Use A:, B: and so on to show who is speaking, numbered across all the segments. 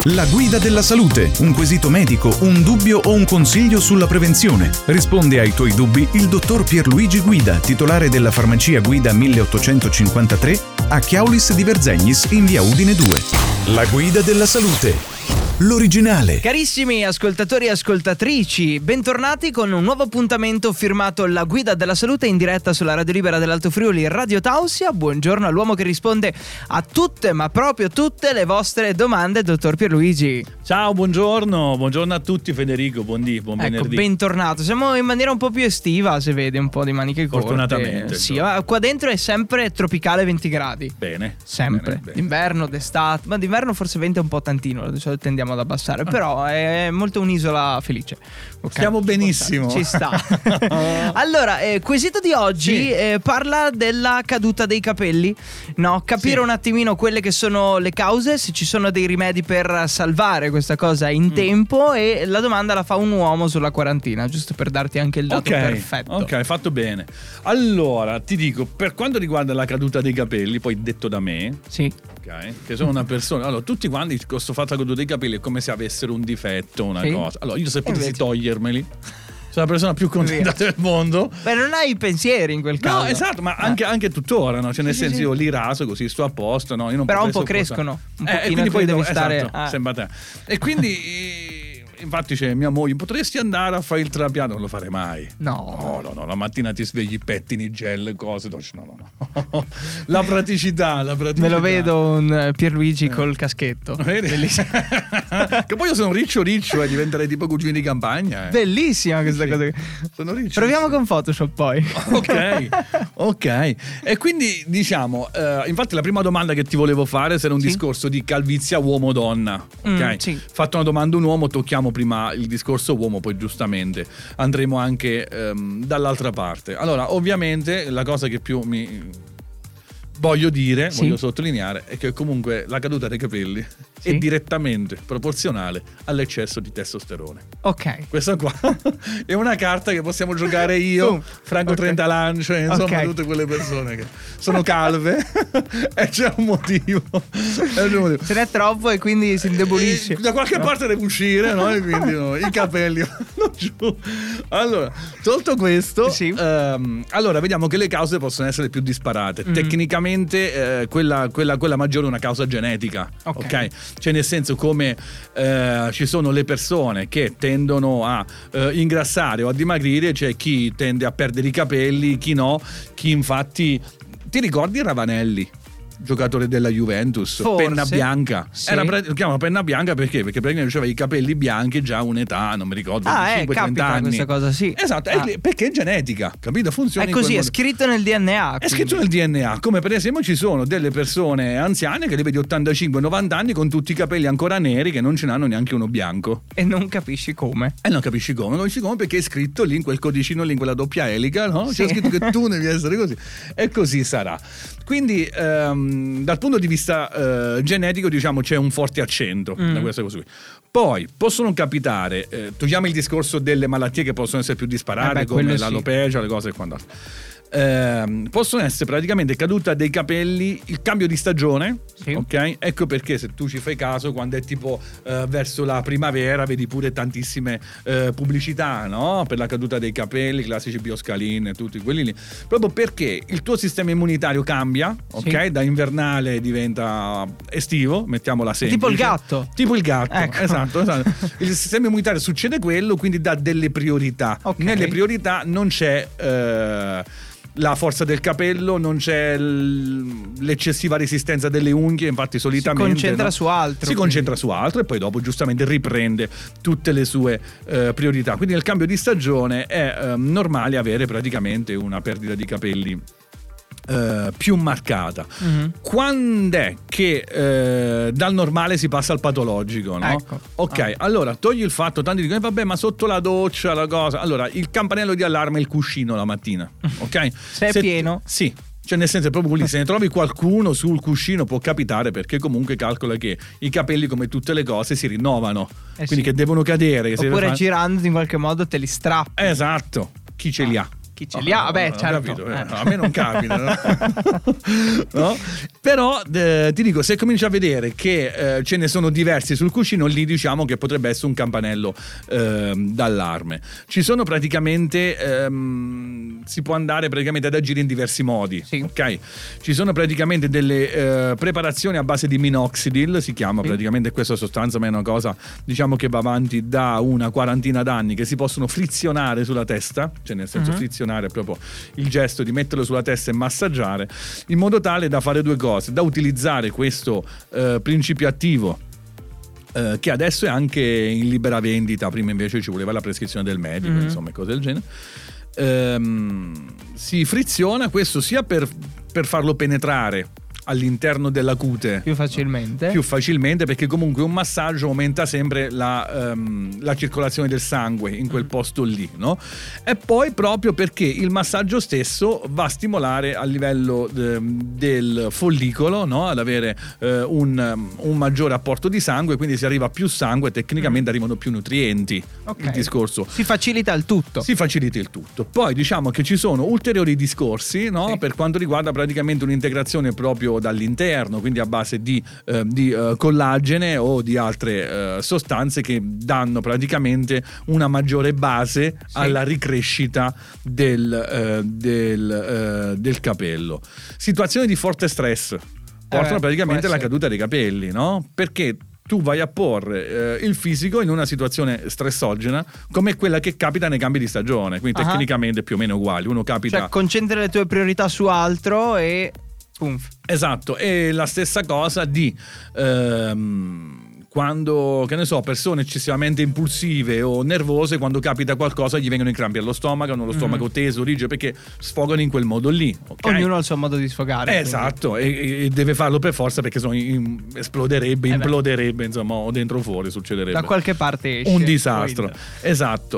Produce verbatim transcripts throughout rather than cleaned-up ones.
A: La guida della salute, un quesito medico, un dubbio o un consiglio sulla prevenzione. Risponde ai tuoi dubbi il dottor Pierluigi Guida, titolare della farmacia Guida milleottocentocinquantatré a Chiaulis di Verzegnis in via Udine due. La guida della salute. L'originale.
B: Carissimi ascoltatori e ascoltatrici, bentornati con un nuovo appuntamento firmato La Guida della Salute in diretta sulla Radio Libera dell'Alto Friuli, Radio Tausia. Buongiorno all'uomo che risponde a tutte, ma proprio tutte le vostre domande, dottor Pierluigi.
C: Ciao, buongiorno, buongiorno a tutti Federico, buondì, buon
B: ecco,
C: venerdì.
B: Bentornato, siamo in maniera un po' più estiva, se vede, un po' di maniche corte.
C: Fortunatamente.
B: Sì, ma qua dentro è sempre tropicale venti gradi.
C: Bene.
B: Sempre,
C: bene, bene.
B: D'inverno, d'estate, ma d'inverno forse venti è un po' tantino, di solito tendiamo ad abbassare, però è molto un'isola felice. Okay.
C: Stiamo benissimo.
B: Ci sta. Allora, eh, quesito di oggi
C: sì.
B: eh, parla della caduta dei capelli. No, capire
C: sì.
B: un attimino quelle che sono le cause, se ci sono dei rimedi per salvare questa cosa in mm. tempo, e la domanda la fa un uomo sulla quarantina, giusto per darti anche il dato
C: okay.
B: perfetto.
C: Ok, fatto bene. Allora, ti dico, per quanto riguarda la caduta dei capelli, poi detto da me,
B: sì.
C: okay, che sono una persona, allora tutti quanti questo fatto della caduta dei capelli è come se avessero un difetto, una
B: sì.
C: cosa. Allora, io se potessi
B: invece...
C: togliermeli, sono la persona più contenta del mondo.
B: Beh, non hai pensieri in quel caso.
C: No, esatto, ma anche,
B: eh.
C: anche tuttora, no? Cioè, nel
B: sì,
C: senso,
B: sì.
C: io li raso così, sto a posto, no? Io non
B: però un po'
C: sopportare.
B: crescono, un
C: eh,
B: pochino,
C: e quindi poi
B: devi
C: esatto,
B: stare ah.
C: sembra te. E quindi infatti c'è mia moglie, potresti andare a fare il trapianto? Non lo farei mai.
B: No.
C: No, no, no, la mattina ti svegli, pettini, gel, cose, no, no, no. La praticità, la praticità.
B: Me lo vedo un Pierluigi eh. col caschetto.
C: Bellissimo. Che poi io sono riccio riccio e diventerei tipo cugino di campagna. Eh.
B: Bellissima questa
C: sì.
B: cosa.
C: Sono riccio.
B: Proviamo con Photoshop poi.
C: Ok, ok. E quindi diciamo, eh, infatti la prima domanda che ti volevo fare era un sì? discorso di calvizia uomo-donna. Ok.
B: Mm, sì.
C: Fatto una domanda un uomo, tocchiamo prima il discorso uomo, poi giustamente andremo anche ehm, dall'altra parte. Allora, ovviamente la cosa che più mi voglio dire, sì. voglio sottolineare, è che comunque la caduta dei capelli sì. è direttamente proporzionale all'eccesso di testosterone.
B: Ok.
C: Questa qua è una carta che possiamo giocare io, uh, Franco okay. trenta Lance, insomma okay. tutte quelle persone che sono calve e c'è un motivo.
B: Ce n'è troppo e quindi si indebolisce.
C: E da qualche no. parte deve uscire, no? E quindi no, i capelli vanno giù. Allora, tolto questo, sì. ehm, allora vediamo che le cause possono essere più disparate. Mm. Tecnicamente Eh, quella, quella, quella maggiore è una causa genetica, ok? okay? Cioè nel senso come eh, ci sono le persone che tendono a eh, ingrassare o a dimagrire, c'è chi tende a perdere i capelli, chi no, chi infatti... Ti ricordi Ravanelli? Giocatore della Juventus,
B: forse,
C: penna bianca,
B: sì.
C: era pre- lo chiamano penna bianca perché? Perché praticamente aveva i capelli bianchi già a un'età, non mi ricordo,
B: ah,
C: venticinque trenta
B: eh,
C: anni.
B: Questa cosa sì.
C: Esatto,
B: ah.
C: è, perché è genetica, capito? Funziona
B: è così,
C: in
B: è scritto nel D N A.
C: È scritto nel D N A, come per esempio ci sono delle persone anziane che le vedi ottantacinque novanta anni con tutti i capelli ancora neri che non ce n'hanno neanche uno bianco.
B: E non capisci come.
C: E non capisci come, non capisci come perché è scritto lì in quel codicino lì in quella doppia elica, no?
B: Sì.
C: C'è scritto che tu devi essere così. E così sarà. Quindi ehm, dal punto di vista eh, genetico, diciamo, c'è un forte accento mm. da questa cosa qui. Poi possono capitare, eh, togliamo il discorso delle malattie che possono essere più disparate, eh beh, come l'alopecia, sì. le cose e quant'altro. Eh, possono essere praticamente caduta dei capelli, il cambio di stagione, sì. ok? Ecco perché se tu ci fai caso, quando è tipo eh, verso la primavera vedi pure tantissime eh, pubblicità, no? Per la caduta dei capelli, classici bioscalin, tutti quelli lì, proprio perché il tuo sistema immunitario cambia, ok? Sì. Da invernale diventa estivo, mettiamola semplice.
B: Tipo il gatto.
C: Tipo il gatto,
B: ecco.
C: esatto, esatto. Il sistema immunitario succede quello, quindi dà delle priorità. Okay. Nelle priorità non c'è eh, la forza del capello, non c'è l'eccessiva resistenza delle unghie, infatti solitamente
B: si concentra
C: no?
B: su altro.
C: Si
B: quindi.
C: concentra su altro e poi dopo giustamente riprende tutte le sue eh, priorità. Quindi nel cambio di stagione è eh, normale avere praticamente una perdita di capelli Uh, più marcata. Mm-hmm. Quando è che uh, dal normale si passa al patologico, no?
B: Ecco.
C: Ok,
B: ah.
C: allora togli il fatto, tanti dicono eh, vabbè, ma sotto la doccia la cosa. Allora, il campanello di allarme è il cuscino la mattina, ok?
B: Se è pieno?
C: Sì. Cioè nel senso è proprio lì, se ne trovi qualcuno sul cuscino può capitare, perché comunque calcola che i capelli, come tutte le cose, si rinnovano,
B: eh
C: quindi
B: sì.
C: che devono cadere, che
B: oppure
C: fa...
B: girando in qualche modo te li strappi.
C: Esatto, chi ce li ha?
B: Chi ce li ha? Vabbè,
C: no,
B: certo.
C: Capito, eh. A me non capita, no? No? Però eh, ti dico, se cominci a vedere che eh, ce ne sono diversi sul cuscino, lì diciamo che potrebbe essere un campanello eh, d'allarme. Ci sono praticamente ehm, si può andare praticamente ad agire in diversi modi,
B: sì.
C: ok? Ci sono praticamente delle eh, preparazioni a base di minoxidil, si chiama sì. praticamente questa sostanza, ma è una cosa diciamo che va avanti da una quarantina d'anni, che si possono frizionare sulla testa, cioè nel senso uh-huh. frizionare è proprio il gesto di metterlo sulla testa e massaggiare, in modo tale da fare due cose: da utilizzare questo eh, principio attivo eh, che adesso è anche in libera vendita, prima invece ci voleva la prescrizione del medico, mm-hmm. insomma cose del genere. Ehm, si friziona questo sia per, per farlo penetrare all'interno della cute
B: più facilmente
C: più facilmente perché comunque un massaggio aumenta sempre la, um, la circolazione del sangue in quel posto lì, no? E poi proprio perché il massaggio stesso va a stimolare a livello de, del follicolo, no? Ad avere uh, un, un maggiore apporto di sangue, quindi si arriva a più sangue e tecnicamente mm. arrivano più nutrienti.
B: Okay.
C: Il discorso
B: si facilita il tutto
C: si facilita il tutto. Poi diciamo che ci sono ulteriori discorsi, no? Sì. Per quanto riguarda praticamente un'integrazione proprio dall'interno, quindi a base di, eh, di eh, collagene o di altre eh, sostanze che danno praticamente una maggiore base sì. alla ricrescita del, eh, del, eh, del capello. Situazioni di forte stress portano eh, praticamente alla caduta dei capelli, no? Perché tu vai a porre eh, il fisico in una situazione stressogena come quella che capita nei cambi di stagione, quindi uh-huh. tecnicamente più o meno uguali. Uno capita,
B: cioè concentra le tue priorità su altro e Umf.
C: Esatto, e la stessa cosa di ehm, quando, che ne so, persone eccessivamente impulsive o nervose, quando capita qualcosa gli vengono i crampi allo stomaco, hanno lo stomaco mm. teso, rigido, perché sfogano in quel modo lì, okay?
B: Ognuno ha il suo modo di sfogare.
C: Esatto, e, e deve farlo per forza, perché sennò in, esploderebbe, eh imploderebbe, insomma, o dentro o fuori succederebbe.
B: Da qualche parte esce.
C: Un disastro, esatto.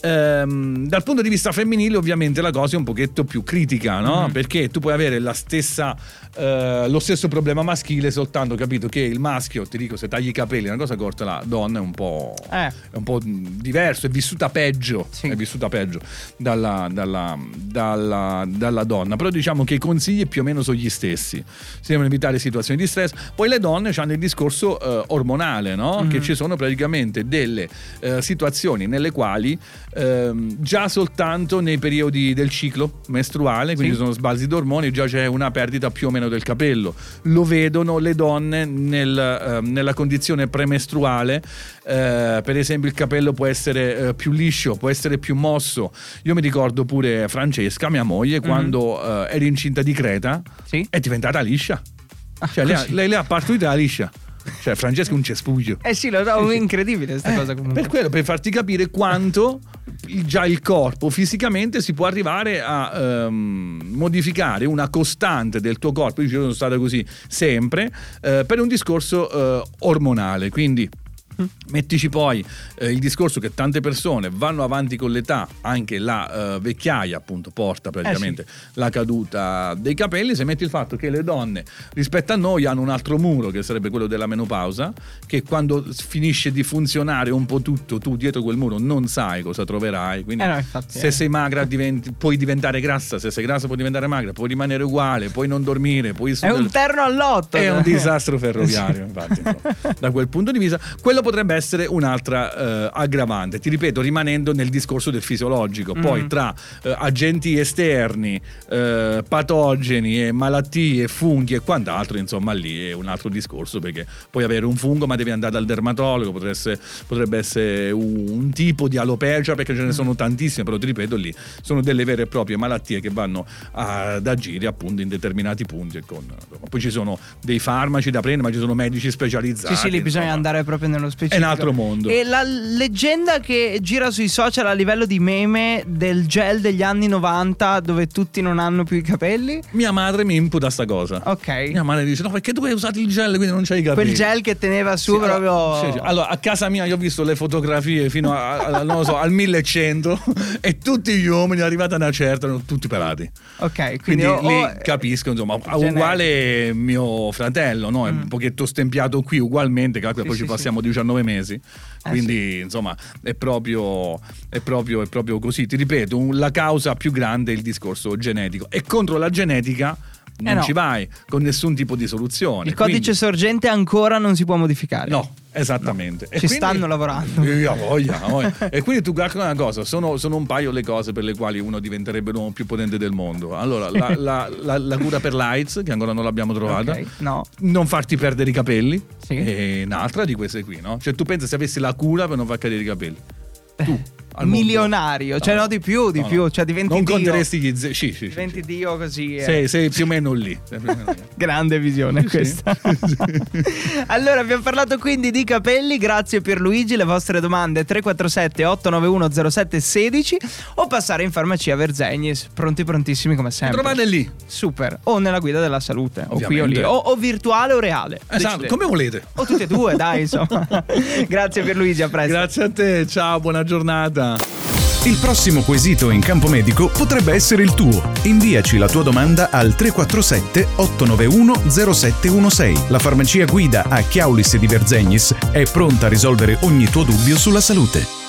C: Ehm, dal punto di vista femminile ovviamente la cosa è un pochetto più critica, no? Mm. Perché tu puoi avere la stessa eh, lo stesso problema maschile, soltanto, capito, che il maschio, ti dico, se tagli i capelli è una cosa corta, la donna è un po'
B: eh.
C: è un po' diverso, è vissuta peggio, sì. è vissuta peggio dalla, dalla, dalla, dalla donna. Però diciamo che i consigli più o meno sono gli stessi, si devono evitare situazioni di stress. Poi le donne hanno il discorso eh, ormonale, no? Mm. Che ci sono praticamente delle eh, situazioni nelle quali Ehm, già soltanto nei periodi del ciclo mestruale, quindi sì. sono sbalzi d'ormoni, già c'è una perdita più o meno del capello. Lo vedono le donne nel, eh, nella condizione premestruale, eh, per esempio il capello può essere eh, più liscio, può essere più mosso. Io mi ricordo pure Francesca, mia moglie, mm-hmm. quando eh, era incinta di Creta, sì. è diventata liscia, ah, cioè lei, lei, lei ha partorito la liscia. Cioè Francesca è un cespuglio.
B: Eh sì, lo trovo sì, incredibile questa
C: eh,
B: cosa comunque.
C: Per quello, per farti capire quanto già il corpo fisicamente si può arrivare a um, modificare una costante del tuo corpo. Io sono stata così sempre uh, per un discorso uh, ormonale, quindi mettici poi eh, il discorso che tante persone vanno avanti con l'età, anche la uh, vecchiaia appunto porta praticamente eh sì. la caduta dei capelli. Se metti il fatto che le donne rispetto a noi hanno un altro muro, che sarebbe quello della menopausa, che quando finisce di funzionare un po' tutto, tu dietro quel muro non sai cosa troverai, quindi
B: eh no, infatti,
C: se
B: eh.
C: sei magra diventi, puoi diventare grassa, se sei grassa puoi diventare magra, puoi rimanere uguale, puoi non dormire, puoi
B: è un terno all'otto,
C: è un disastro ferroviario infatti, insomma. Da quel punto di vista quello potrebbe essere un'altra eh, aggravante, ti ripeto, rimanendo nel discorso del fisiologico. Poi mm. tra eh, agenti esterni, eh, patogeni e malattie, funghi e quant'altro, insomma lì è un altro discorso, perché puoi avere un fungo ma devi andare dal dermatologo, potrebbe essere, potrebbe essere un, un tipo di alopecia, perché ce ne sono tantissime, però ti ripeto, lì sono delle vere e proprie malattie che vanno ad agire appunto in determinati punti. E con, poi ci sono dei farmaci da prendere, ma ci sono medici specializzati.
B: Sì, sì, lì
C: insomma.
B: Bisogna andare proprio nello specifico.
C: È un altro mondo.
B: E la leggenda che gira sui social a livello di meme del gel degli anni novanta dove tutti non hanno più i capelli?
C: Mia madre mi imputa sta cosa.
B: Ok.
C: Mia madre dice: no, perché tu hai usato il gel quindi non c'hai i capelli.
B: Quel gel che teneva su
C: sì,
B: proprio
C: allora, sì, sì. allora a casa mia io ho visto le fotografie fino a, a, non lo so, al millecento e tutti gli uomini arrivati a una certa erano tutti pelati.
B: Ok, quindi,
C: quindi
B: oh,
C: lì
B: oh,
C: capisco, insomma, uguale mio fratello, no? È mm. un pochetto stempiato qui ugualmente, che poi sì, ci sì, passiamo sì. diciannove mesi. Quindi eh sì. insomma è proprio, è, proprio, è proprio così. Ti ripeto, un, la causa più grande è il discorso genetico, e contro la genetica non
B: eh no.
C: ci vai con nessun tipo di soluzione.
B: Il codice
C: quindi...
B: sorgente ancora non si può modificare.
C: No, esattamente.
B: No. Ci quindi... stanno lavorando.
C: Io voglia, voglia. E quindi tu calcola una cosa, sono, sono un paio le cose per le quali uno diventerebbe l'uomo più potente del mondo. Allora, la, la, la, la cura per l'AIDS, che ancora non l'abbiamo trovata.
B: Okay. No.
C: Non farti perdere i capelli.
B: Sì.
C: E un'altra di queste qui, no? Cioè tu pensi se avessi la cura per non far cadere i capelli. Tu.
B: Milionario,
C: mondo.
B: cioè no di più, di
C: no,
B: più,
C: no.
B: cioè diventi
C: non
B: Dio.
C: conteresti gli ze- sì, sì,
B: diventi
C: sì,
B: Dio così. Eh.
C: Sei, sei più o meno lì.
B: Grande visione
C: sì,
B: questa.
C: Sì.
B: Allora abbiamo parlato quindi di capelli, grazie Pierluigi, le vostre domande tre quattro sette otto nove uno zero sette uno sei o passare in farmacia Verzegnis, pronti prontissimi come sempre.
C: Trovate lì.
B: Super, o nella guida della salute,
C: Ovviamente.
B: o qui o lì, o, o virtuale o reale.
C: Esatto,
B: Decidete.
C: come volete.
B: O tutte e due, dai, insomma. Grazie Pierluigi, a presto.
C: Grazie a te, ciao, buona giornata.
A: Il prossimo quesito in campo medico potrebbe essere il tuo. Inviaci la tua domanda al tre quattro sette otto nove uno zero sette uno sei. La farmacia guida a Chiaulis di Verzegnis è pronta a risolvere ogni tuo dubbio sulla salute.